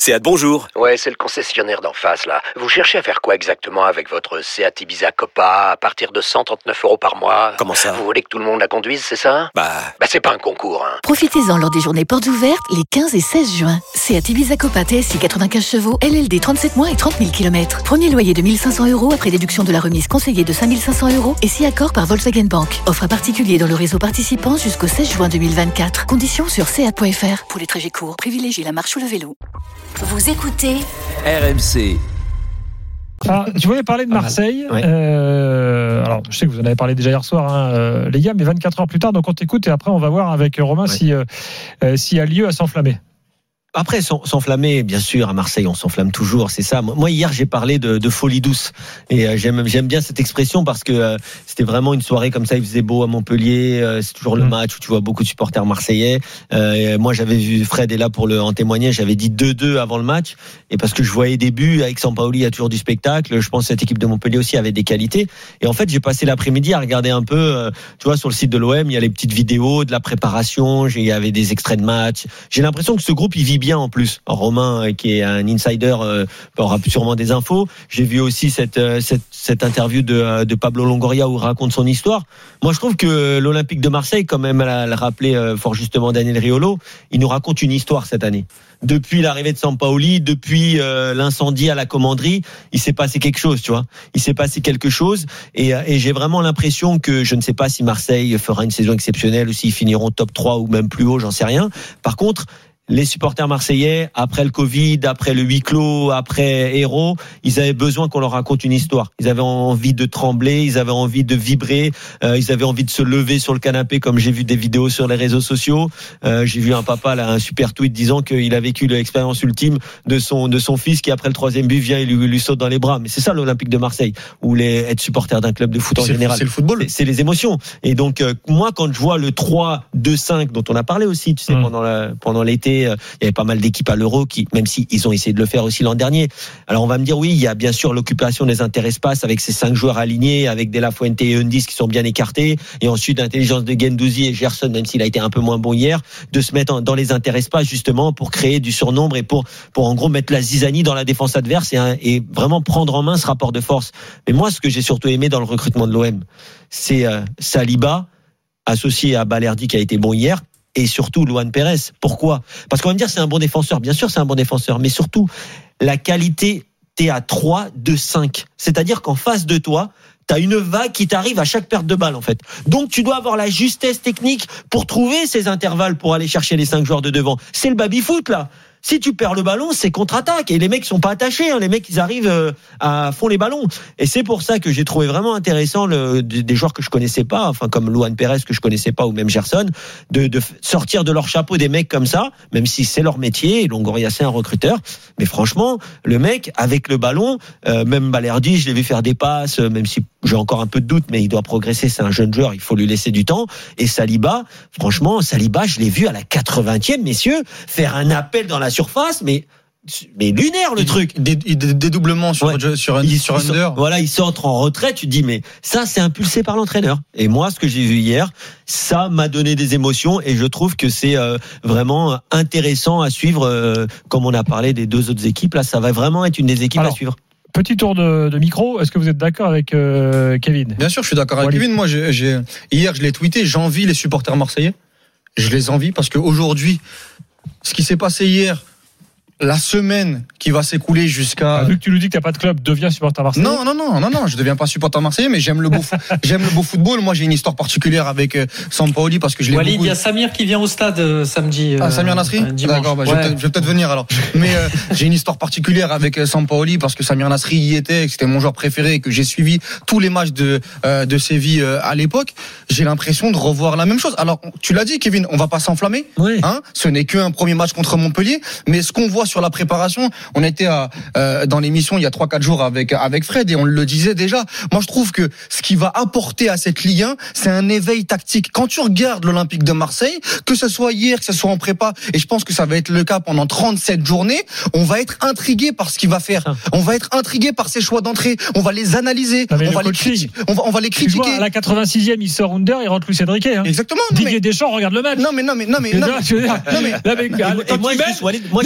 Seat, bonjour. Ouais, c'est le concessionnaire d'en face, là. Vous cherchez à faire quoi exactement avec votre Seat Ibiza Copa à partir de 139 € par mois? Comment ça? Vous voulez que tout le monde la conduise, c'est ça? Bah, c'est pas un concours, hein. Profitez-en lors des journées portes ouvertes les 15 et 16 juin. Seat Ibiza Copa TSI 95 chevaux, LLD 37 mois et 30 000 km. Premier loyer de 1 500 € après déduction de la remise conseillée de 5 500 € et si accord par Volkswagen Bank. Offre à particulier dans le réseau participant jusqu'au 16 juin 2024. Conditions sur seat.fr. Pour les trajets courts, privilégiez la marche ou le vélo. Vous écoutez RMC. Tu voulais parler de Marseille. Ouais. Alors, je sais que vous en avez parlé déjà hier soir, les gars, mais 24 heures plus tard, donc on t'écoute et après on va voir avec Romain s'il y a lieu à s'enflammer. Après, s'enflammer, bien sûr, à Marseille, on s'enflamme toujours, c'est ça. Moi, hier, j'ai parlé de folie douce. Et j'aime bien cette expression parce que c'était vraiment une soirée comme ça, il faisait beau à Montpellier, c'est toujours le match où tu vois beaucoup de supporters marseillais. Moi, j'avais vu, Fred est là pour en témoigner, j'avais dit 2-2 avant le match. Et parce que je voyais des buts, avec Sampaoli, il y a toujours du spectacle. Je pense que cette équipe de Montpellier aussi avait des qualités. Et en fait, j'ai passé l'après-midi à regarder un peu, tu vois, sur le site de l'OM, il y a les petites vidéos de la préparation, il y avait des extraits de match. J'ai l'impression que ce groupe, il vit bien en plus. Romain, qui est un insider, aura sûrement des infos. J'ai vu aussi cette interview de Pablo Longoria où il raconte son histoire. Moi, je trouve que l'Olympique de Marseille, quand même l'a rappelé fort justement Daniel Riolo, il nous raconte une histoire cette année. Depuis l'arrivée de Sampaoli, depuis l'incendie à la commanderie, il s'est passé quelque chose, tu vois. Il s'est passé quelque chose et j'ai vraiment l'impression que je ne sais pas si Marseille fera une saison exceptionnelle ou s'ils finiront top 3 ou même plus haut, j'en sais rien. Par contre, les supporters marseillais, après le Covid, après le huis clos, après Hérault, ils avaient besoin qu'on leur raconte une histoire. Ils avaient envie de trembler, ils avaient envie de vibrer, ils avaient envie de se lever sur le canapé, comme j'ai vu des vidéos sur les réseaux sociaux. J'ai vu un papa, là, un super tweet disant qu'il a vécu l'expérience ultime de son fils qui, après le 3e but, vient et lui saute dans les bras. Mais c'est ça l'Olympique de Marseille, ou être supporter d'un club de foot en général. C'est le football. C'est les émotions. Et donc, moi, quand je vois le 3-2-5, dont on a parlé aussi, tu sais, pendant l'été, il y avait pas mal d'équipes à l'Euro qui, même si ils ont essayé de le faire aussi l'an dernier. Alors on va me dire oui, il y a bien sûr l'occupation des interespaces avec ces 5 joueurs alignés, avec De La Fuente et Undis qui sont bien écartés, et ensuite l'intelligence de Guendouzi et Gerson, même s'il a été un peu moins bon hier, de se mettre dans les interespaces justement pour créer du surnombre et pour en gros mettre la zizanie dans la défense adverse et vraiment prendre en main ce rapport de force. Mais moi, ce que j'ai surtout aimé dans le recrutement de l'OM, c'est Saliba associé à Balerdi qui a été bon hier. Et surtout Luan Pérez. Pourquoi ? Parce qu'on va me dire c'est un bon défenseur. Bien sûr c'est un bon défenseur, mais surtout la qualité, t'es à 3-2-5. C'est-à-dire qu'en face de toi, t'as une vague qui t'arrive à chaque perte de balle en fait. Donc tu dois avoir la justesse technique pour trouver ces intervalles pour aller chercher les 5 joueurs de devant. C'est le baby-foot là. Si tu perds le ballon, c'est contre-attaque. Et les mecs sont pas attachés. Les mecs, ils arrivent à fond les ballons. Et c'est pour ça que j'ai trouvé vraiment intéressant des joueurs que je connaissais pas, enfin comme Luan Pérez que je connaissais pas ou même Gerson, de sortir de leur chapeau des mecs comme ça, même si c'est leur métier. Et Longoria, c'est un recruteur. Mais franchement, le mec avec le ballon, même Balerdi, je l'ai vu faire des passes, même si j'ai encore un peu de doute, mais il doit progresser. C'est un jeune joueur, il faut lui laisser du temps. Et Saliba, franchement, je l'ai vu à la 80e, messieurs, faire un appel dans la surface, mais lunaire le truc. Des doublements sur Under. Voilà, il sort en retrait, tu te dis, mais ça, c'est impulsé par l'entraîneur. Et moi, ce que j'ai vu hier, ça m'a donné des émotions et je trouve que c'est vraiment intéressant à suivre, comme on a parlé des 2 autres équipes. Là, ça va vraiment être une des équipes à suivre. Petit tour de micro, est-ce que vous êtes d'accord avec Kevin ? Bien sûr, je suis d'accord avec Kevin. Moi, hier, je l'ai tweeté, j'envie les supporters marseillais. Je les envie parce qu'aujourd'hui, ce qui s'est passé hier, la semaine qui va s'écouler jusqu'à... Vu que tu nous dis que t'as pas de club, deviens supporter marseillais. Non, je deviens pas supporter marseillais, mais j'aime le beau football. Moi, j'ai une histoire particulière avec Sampaoli parce que je l'ai Walid, il y a Samir qui vient au stade samedi. Samir Nasri ? D'accord, je vais peut-être venir alors. Mais j'ai une histoire particulière avec Sampaoli parce que Samir Nasri y était, que c'était mon joueur préféré et que j'ai suivi tous les matchs de Séville à l'époque. J'ai l'impression de revoir la même chose. Alors, tu l'as dit, Kevin, on va pas s'enflammer. Oui. Ce n'est qu'un premier match contre Montpellier, mais ce qu'on voit sur la préparation, on était dans l'émission il y a 3-4 jours avec Fred et on le disait déjà. Moi je trouve que ce qui va apporter à cette Ligue 1, c'est un éveil tactique. Quand tu regardes l'Olympique de Marseille, que ce soit hier, que ce soit en prépa, et je pense que ça va être le cas pendant 37 journées, on va être intrigué par ce qu'il va faire. On va être intrigué par ses choix d'entrée. On va les analyser. On va les critiquer. À la 86e, il sort Under, il rentre Luis Enrique. Exactement. Didier Deschamps regarde le match. Non mais.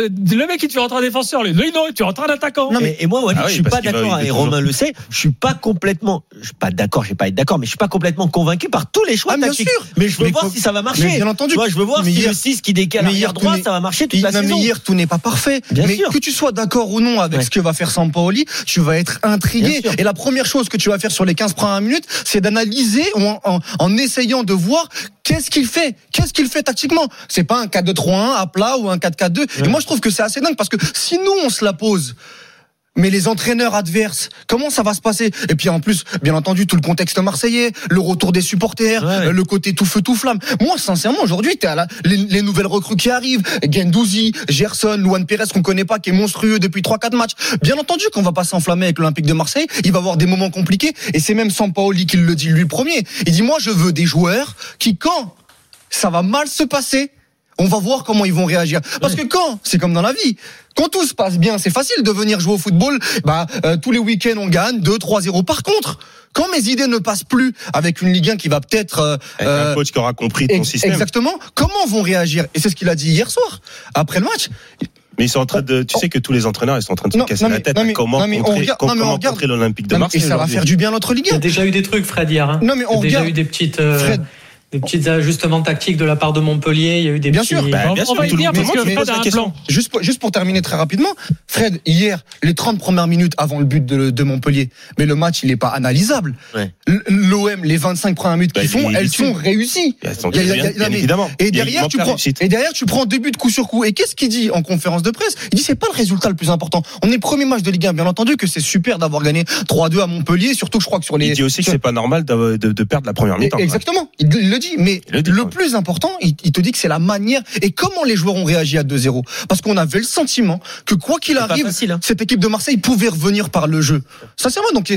le mec, il te fait rentrer un défenseur, lui. Non, il te fait rentrer un attaquant. Non, mais, et moi, Ah je oui, suis parce pas qu'il d'accord, va- il et va Romain toujours- le sait, je suis pas d'accord, je vais pas être d'accord, mais je suis pas complètement convaincu par tous les choix Ah, bien tactiques. sûr. Mais je veux Mais voir faut- si ça va marcher. mais bien entendu. Tu vois, je veux voir Mais si hier- le 6 qui décale mais arrière hier, droit, tout n'est- ça va marcher toute la Non, saison. mais hier, tout n'est pas parfait. Bien mais sûr. que tu sois d'accord ou non avec Ouais. ce que va faire Sampaoli, tu vas être intrigué. Bien sûr. Et la première chose que tu vas faire sur les 15 premières minutes, c'est d'analyser en essayant de voir qu'est-ce qu'il fait tactiquement. C'est pas un 4-2-3-1 à plat ou un 4-4-2. Ouais. Et moi, je trouve que c'est assez dingue parce que si nous, on se la pose, mais les entraîneurs adverses, comment ça va se passer? Et puis en plus, bien entendu, tout le contexte marseillais, le retour des supporters, Ouais. le côté tout feu tout flamme. Moi, sincèrement, aujourd'hui, t'es à les nouvelles recrues qui arrivent, Guendouzi, Gerson, Luan Pérez qu'on connaît pas, qui est monstrueux depuis 3-4 matchs. Bien entendu qu'on va pas s'enflammer avec l'Olympique de Marseille. Il va avoir des moments compliqués. Et c'est même Sampaoli qui le dit lui premier. Il dit, moi, je veux des joueurs qui, quand ça va mal se passer, on va voir comment ils vont réagir. Parce que quand, c'est comme dans la vie, quand tout se passe bien, c'est facile de venir jouer au football. Tous les week-ends, on gagne 2-3-0. Par contre, quand mes idées ne passent plus avec une Ligue 1 qui va peut-être... Avec un coach qui aura compris ton système. Exactement. Comment vont réagir? Et c'est ce qu'il a dit hier soir, après le match. Mais ils sont en train de, tu sais que tous les entraîneurs, ils sont en train de se Non, casser non, la mais- tête. non, mais- Comment non, mais on contrer, regarde- non, mais on comment regarde- contrer l'Olympique de Non, mais- Marseille et ça va aujourd'hui. faire du bien à notre Ligue Il y 1. a déjà eu des trucs, Fred, hier. Hein. Non, mais on Il y a déjà regarde- eu des petites, Fred. des petits ajustements tactiques de la part de Montpellier. Il y a eu des Bien petits... sûr. Bah, bien On sûr, va y tout le venir monde parce que se Fred pose a la un question. plan. Juste pour terminer très rapidement, Fred, hier, les 30 premières minutes avant le but de Montpellier, mais le match, il est pas analysable. Ouais. L'OM, les 25 premières minutes qu'ils Bah, font, il est elles déçu. sont réussies. Bien Non, mais- évidemment. Et Il derrière, manque la réussite. tu prends 2 buts coup sur coup. Et qu'est-ce qu'il dit en conférence de presse? Il dit, c'est pas le résultat le plus important. On est premier match de Ligue 1. Bien entendu que c'est super d'avoir gagné 3-2 à Montpellier, surtout que je crois que sur les... Il dit aussi que c'est pas normal de perdre la première mi-temps. Exactement, il le dit, mais Il le dit, le ouais. plus important, il te dit que c'est la manière et comment les joueurs ont réagi à 2-0. Parce qu'on avait le sentiment que quoi qu'il C'est pas arrive, facile, hein. cette équipe de Marseille pouvait revenir par le jeu. Sincèrement, donc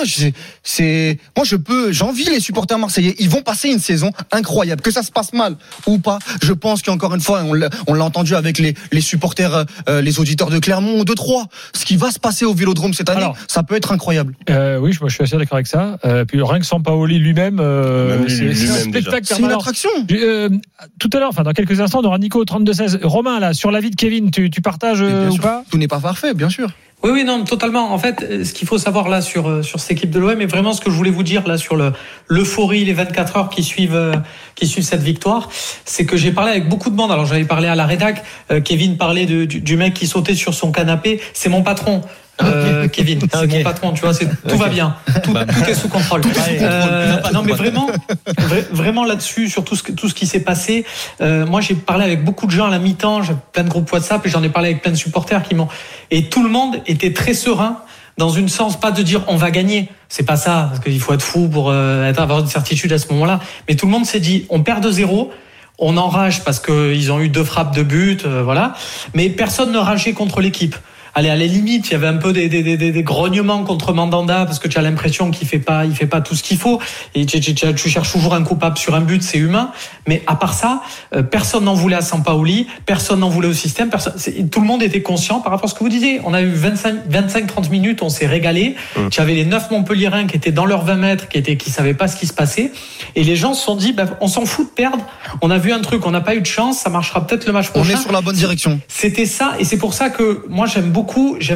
j'envie les supporters marseillais. Ils vont passer une saison incroyable. Que ça se passe mal ou pas, je pense qu'encore une fois, on l'a entendu avec les supporters, les auditeurs de Clermont ou de Troyes, ce qui va se passer au Vélodrome cette année, Alors, ça peut être incroyable. Oui, moi, je suis assez d'accord avec ça. Puis rien que Sampaoli lui-même, Même c'est un lui-même, déjà. spectacle C'est une permanent. attraction. Tout à l'heure, enfin dans quelques instants, on aura Nico au 32-16. Romain, là, sur l'avis de Kevin, tu partages Bien ou sûr, pas? tout n'est pas parfait, bien sûr. Oui, non, totalement. En fait, ce qu'il faut savoir là sur cette équipe de l'OM, et vraiment ce que je voulais vous dire là sur l'euphorie, les 24 heures qui suivent cette victoire, c'est que j'ai parlé avec beaucoup de monde. Alors j'avais parlé à la rédac, Kevin parlait du mec qui sautait sur son canapé. C'est mon patron. Kevin, c'est Ok. mon patron, tu vois, tout va bien, tout est sous contrôle. Non, mais vraiment là-dessus, sur tout ce qui s'est passé. Moi, j'ai parlé avec beaucoup de gens à la mi-temps, j'ai plein de groupes WhatsApp et j'en ai parlé avec plein de supporters et tout le monde était très serein. Dans une sens, pas de dire on va gagner, c'est pas ça, parce qu'il faut être fou pour avoir une certitude à ce moment-là. Mais tout le monde s'est dit on perd 2-0. On enrage parce qu'ils ont eu 2 frappes de but, voilà. Mais personne ne rageait contre l'équipe. Allez, à la limite, il y avait un peu des grognements contre Mandanda parce que tu as l'impression qu'il fait pas tout ce qu'il faut et tu cherches toujours un coupable sur un but, c'est humain. Mais à part ça, personne n'en voulait à Sampaoli, personne n'en voulait au système, tout le monde était conscient par rapport à ce que vous disiez. On a eu 25-30 minutes, on s'est régalé. Tu avais les 9 Montpelliérains qui étaient dans leurs 20 mètres, qui savaient pas ce qui se passait. Et les gens se sont dit, on s'en fout de perdre. On a vu un truc, on n'a pas eu de chance, ça marchera peut-être le match prochain. On est sur la bonne direction. C'était ça, et c'est pour ça que moi j'aime beaucoup.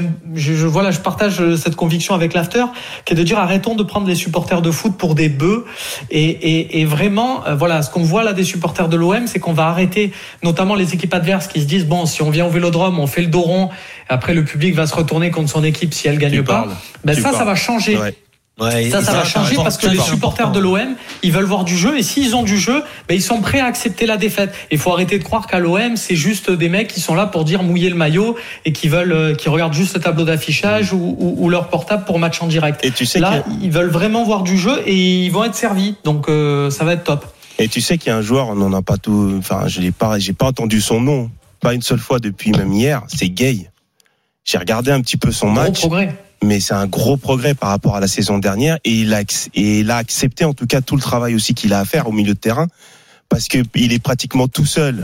Je partage cette conviction avec l'after, qui est de dire arrêtons de prendre les supporters de foot pour des bœufs et vraiment voilà, ce qu'on voit là des supporters de l'OM, c'est qu'on va arrêter notamment les équipes adverses qui se disent bon, si on vient au Vélodrome, on fait le dos rond, après le public va se retourner contre son équipe si elle gagne pas. Ça va changer. Ouais, Ça va changer parce que les supporters de l'OM, ils veulent voir du jeu et s'ils ont du jeu, ils sont prêts à accepter la défaite. Il faut arrêter de croire qu'à l'OM, c'est juste des mecs qui sont là pour dire mouiller le maillot et qui regardent juste le tableau d'affichage ou leur portable pour match en direct. Et tu sais là, ils veulent vraiment voir du jeu et ils vont être servis. Donc ça va être top. Et tu sais qu'il y a un joueur, on n'en a pas tout, enfin, j'ai pas entendu son nom, pas une seule fois depuis même hier, c'est Gay. J'ai regardé un petit peu son match. Gros progrès. Mais c'est un gros progrès par rapport à la saison dernière et il a accepté en tout cas tout le travail aussi qu'il a à faire au milieu de terrain parce que il est pratiquement tout seul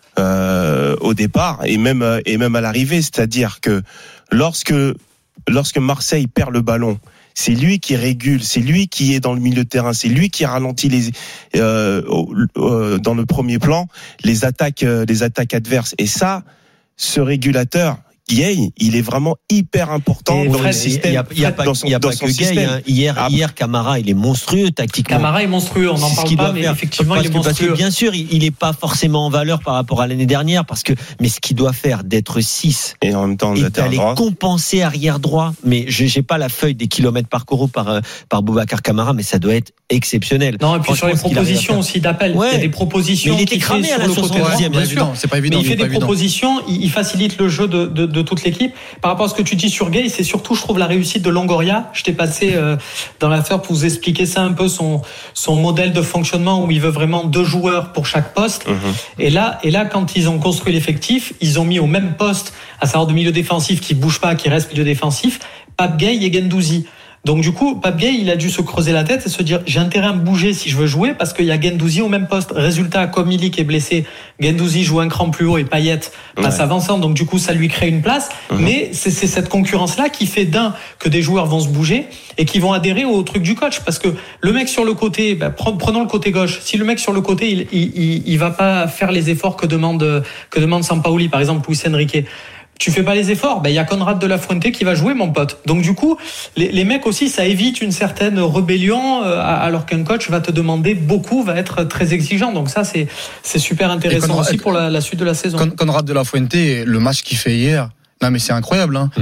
au départ et même à l'arrivée, c'est-à-dire que lorsque Marseille perd le ballon, c'est lui qui régule, c'est lui qui est dans le milieu de terrain, c'est lui qui ralentit dans le premier plan les attaques adverses et ça ce régulateur, Gay, il est vraiment hyper important dans le système. Il n'y a pas que Gay. Hein. Hier, Camara, il est monstrueux tactiquement. Camara est monstrueux, on n'en parle pas, mais effectivement, il est monstrueux. Parce que bien sûr, il n'est pas forcément en valeur par rapport à l'année dernière, mais ce qu'il doit faire d'être 6 et en même temps d'aller compenser arrière droit, mais je n'ai pas la feuille des kilomètres parcourus par Boubacar Camara, mais ça doit être exceptionnel. Non, et puis sur les propositions aussi d'appel, il y a des propositions. Mais il était cramé à la 70e, bien sûr. C'est pas évident. Mais il fait des propositions, il facilite le jeu de toute l'équipe. Par rapport à ce que tu dis sur Gay, c'est surtout, je trouve, la réussite de Longoria. Je t'ai passé dans l'affaire pour vous expliquer ça un peu, son modèle de fonctionnement où il veut vraiment 2 joueurs pour chaque poste. Et là, quand ils ont construit l'effectif, ils ont mis au même poste, à savoir de milieu défensif qui bouge pas, qui reste milieu défensif, Pape Gay et Guendouzi. Donc du coup, Pape Gay, il a dû se creuser la tête et se dire j'ai intérêt à me bouger si je veux jouer parce qu'il y a Guendouzi au même poste. Résultat, comme Milik est blessé, Guendouzi joue un cran plus haut et Payet passe avançant. Donc du coup, ça lui crée une place. Mais c'est cette concurrence-là qui fait que des joueurs vont se bouger et qui vont adhérer au truc du coach. Parce que le mec sur le côté, prenons le côté gauche. Si le mec sur le côté, il va pas faire les efforts que demande Sampaoli, par exemple, Luis Enrique. Tu fais pas les efforts, il y a Conrad de la Fuente qui va jouer, mon pote. Donc du coup, les mecs aussi, ça évite une certaine rébellion, alors qu'un coach va te demander beaucoup, va être très exigeant. Donc ça, c'est super intéressant aussi pour la suite de la saison. Conrad de la Fuente, le match qu'il fait hier, non mais c'est incroyable. Hein.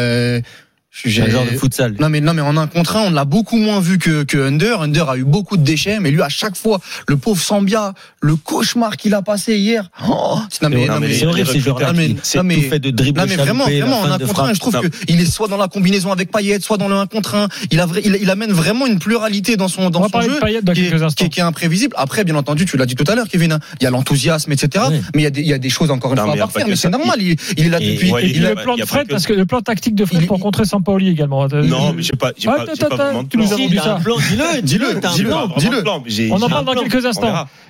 C'est un genre de futsal. Non mais en 1 contre 1, on l'a beaucoup moins vu que Under. Under a eu beaucoup de déchets, mais lui à chaque fois, le pauvre Sambia, le cauchemar qu'il a passé hier. C'est horrible ces joueurs-là. C'est tout fait de dribble. Non mais vraiment en 1 contre 1, je trouve qu'il est soit dans la combinaison avec Payet, soit dans le 1 contre 1. Il amène vraiment une pluralité dans son jeu qui est imprévisible. Après, bien entendu, tu l'as dit tout à l'heure, Kevin, il y a l'enthousiasme, etc. Mais il y a des choses encore une fois à parfaire. Mais c'est normal. Il est là depuis. Et le plan de Fred, parce que le plan tactique de Fred pour contrer Sampaoli également. Non, mais j'ai pas vraiment de plan. Tu nous as vendu ça. Dis-le. On en parle dans quelques instants.